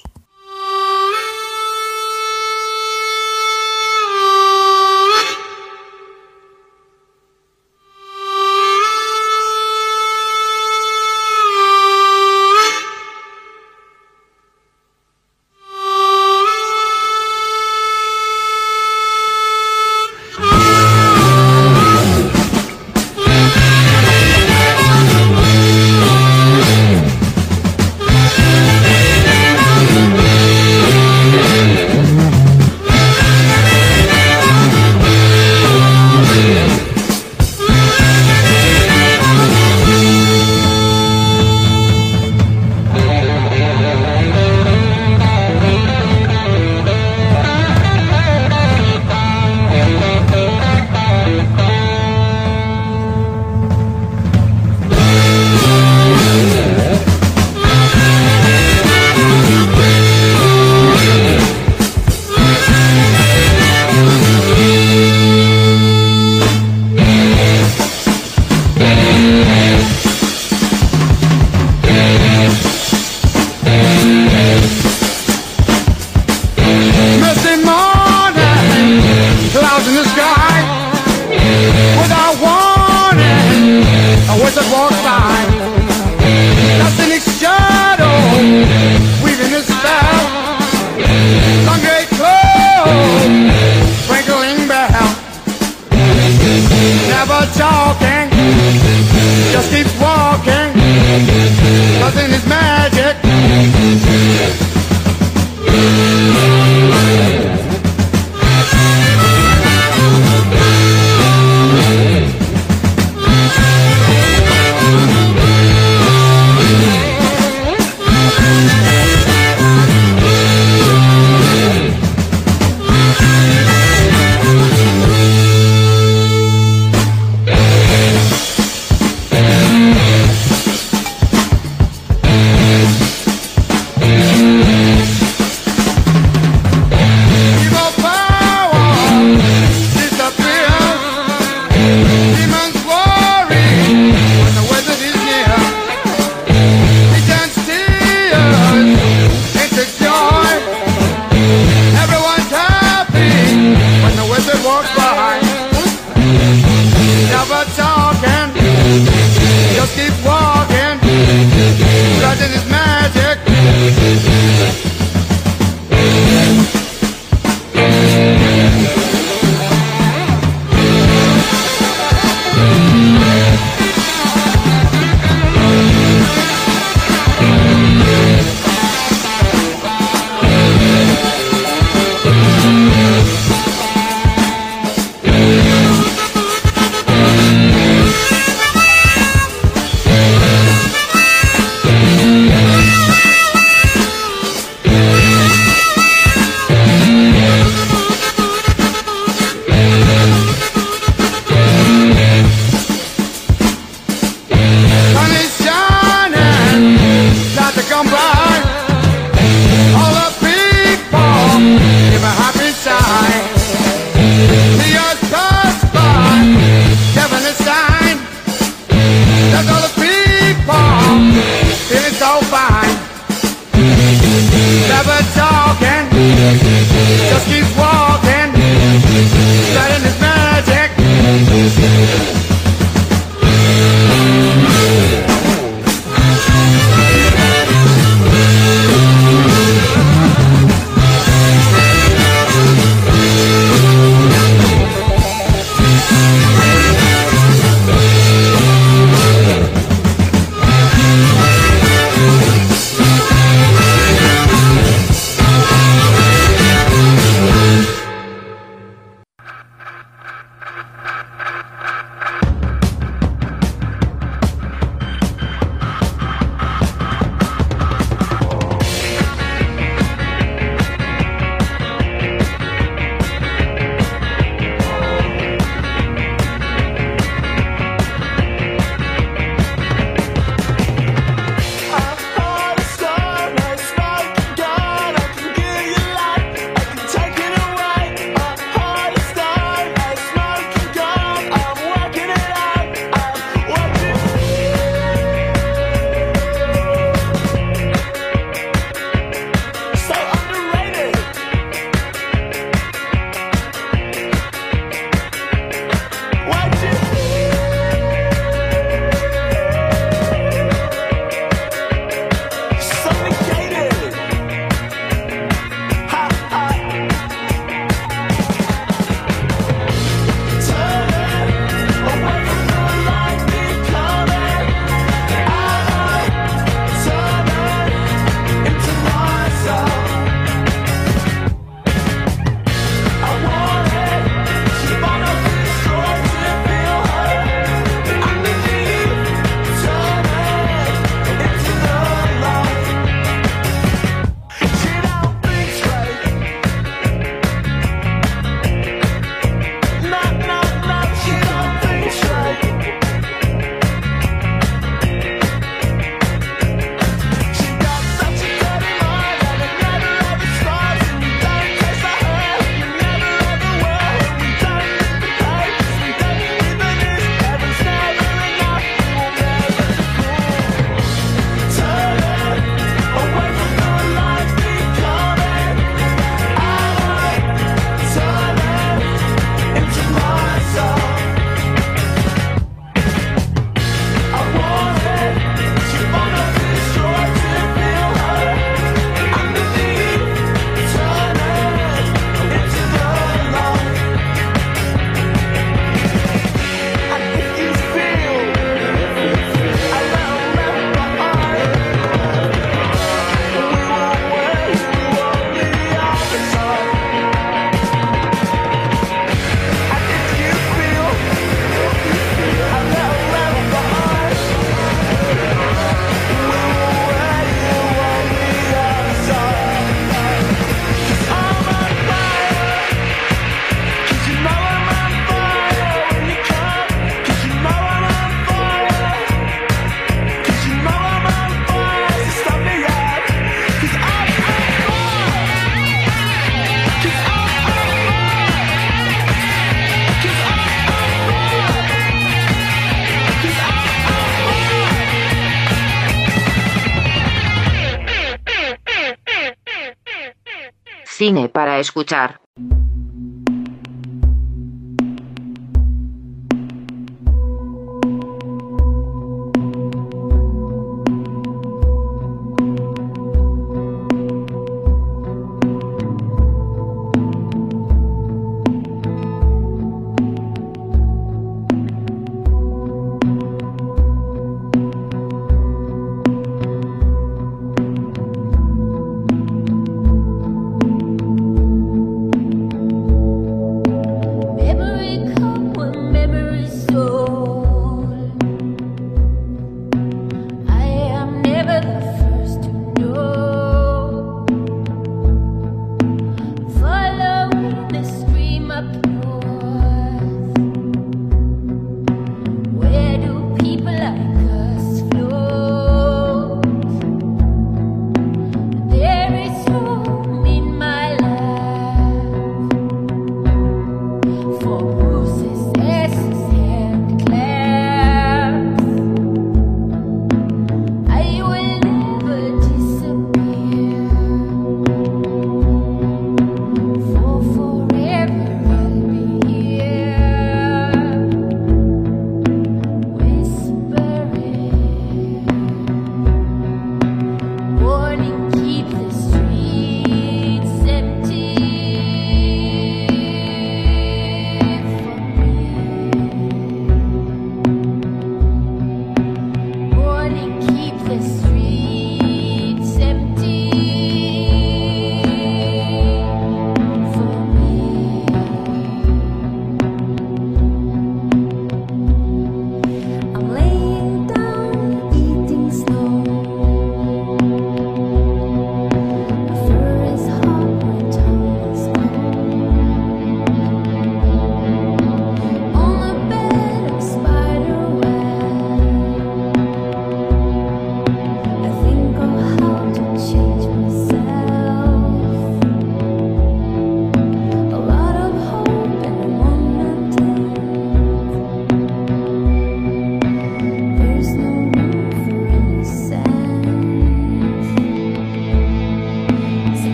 Cine para escuchar.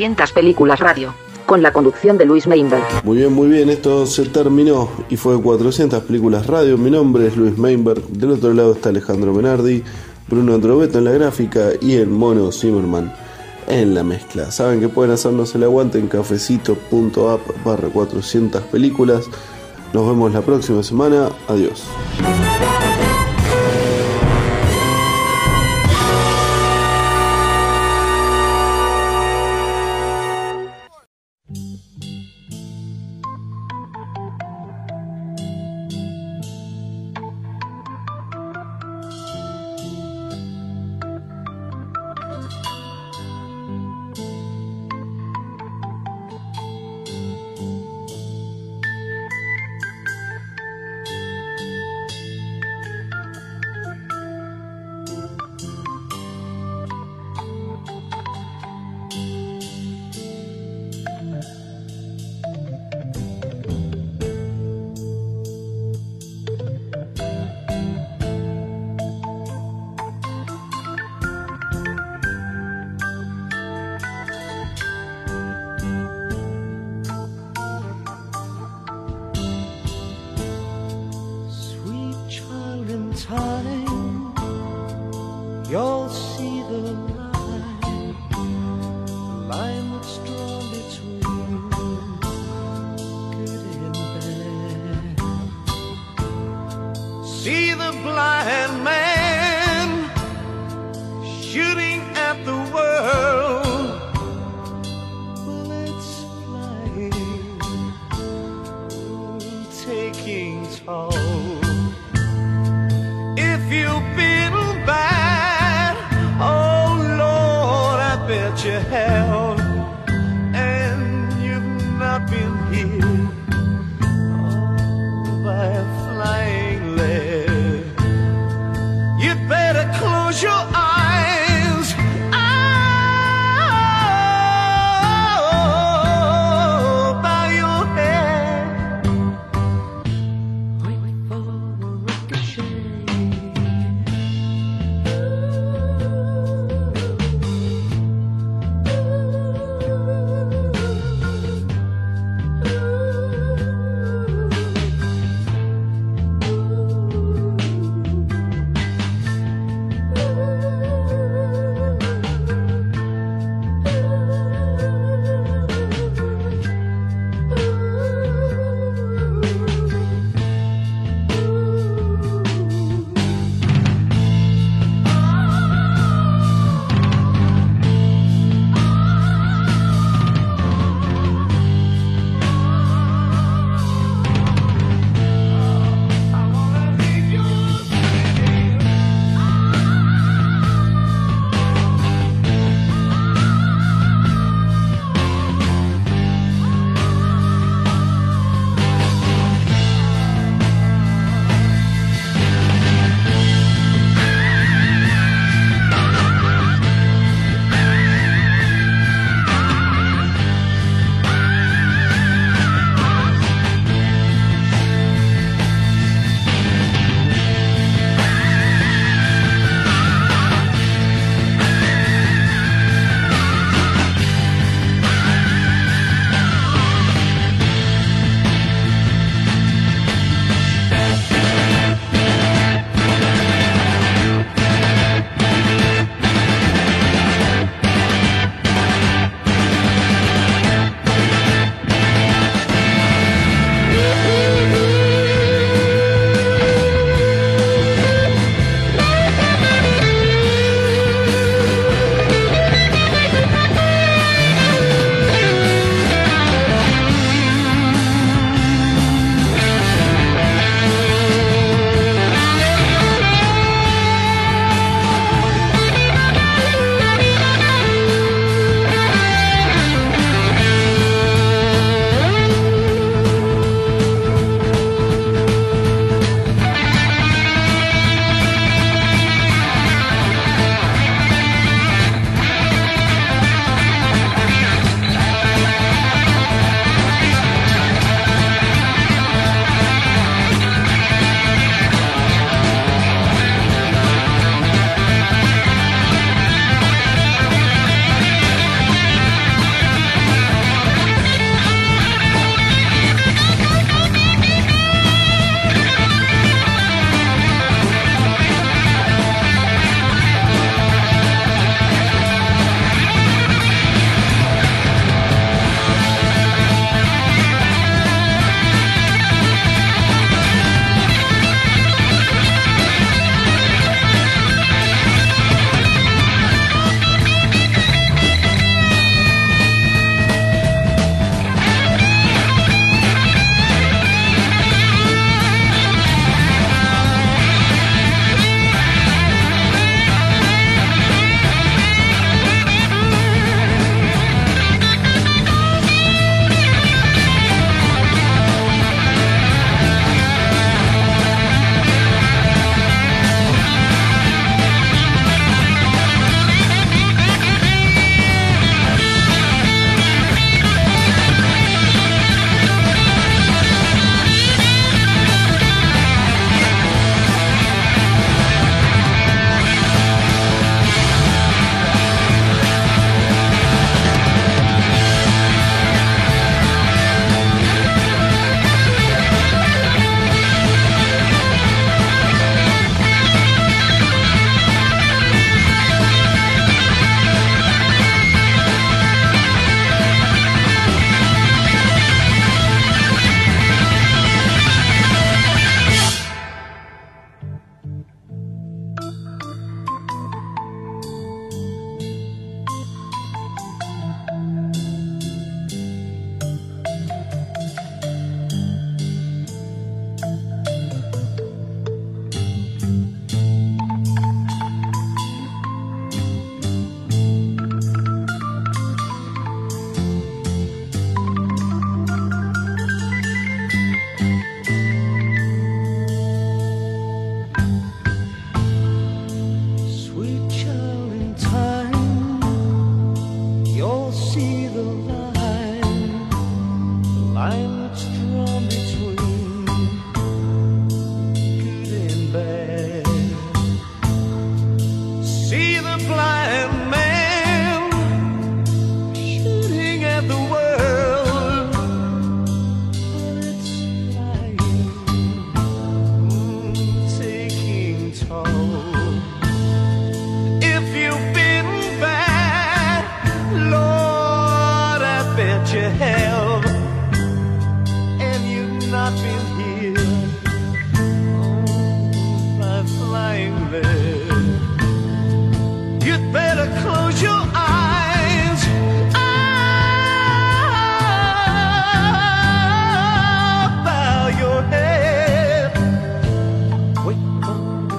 400 películas radio, con la conducción de Luis Meinberg.
Muy bien, esto se terminó y fue 400 películas radio. Mi nombre es Luis Meinberg, del otro lado está Alejandro Menardi, Bruno Androveto en la gráfica y el Mono Zimmerman en la mezcla. Saben que pueden hacernos el aguante en cafecito.app/400 películas. Nos vemos la próxima semana. Adiós.
You'll see the line that's drawn between good and bad. See the blind man shooting at the world, bullets flying, taking toll. If you've been bad, oh Lord, I bet you have, and you've not been hit by a flying lead. You'd better close your eyes, bow your head, wait for I'm torn between good and bad. See the blind man shooting at the world, but it's flying, taking toll. If you've been bad, Lord, I bet you have, and you've not been healed by flying lead. You'd better close your eyes. Bow your head. Wait for the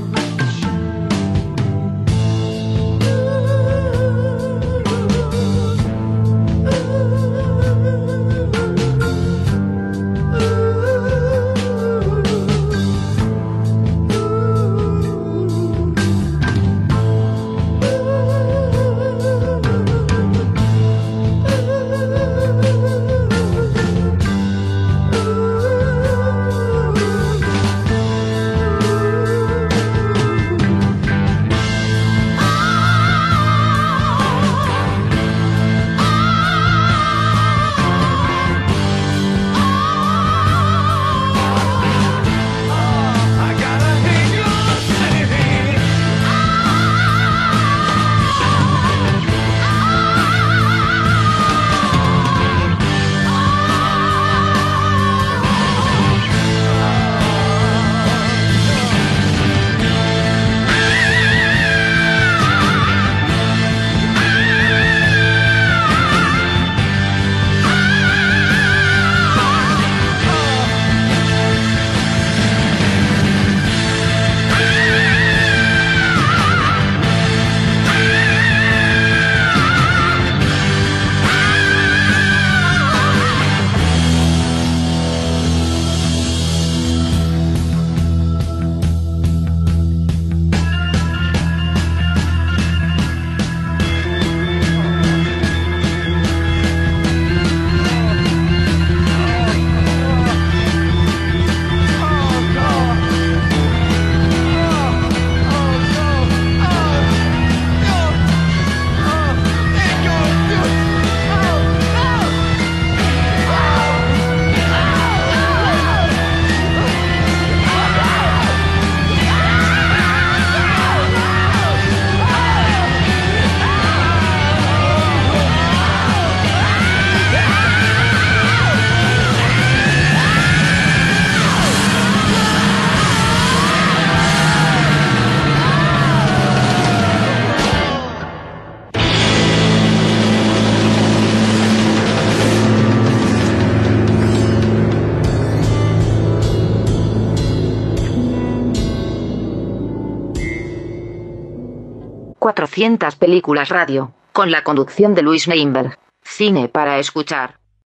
...400 películas radio, con la conducción de Luis Neinberg. Cine para escuchar.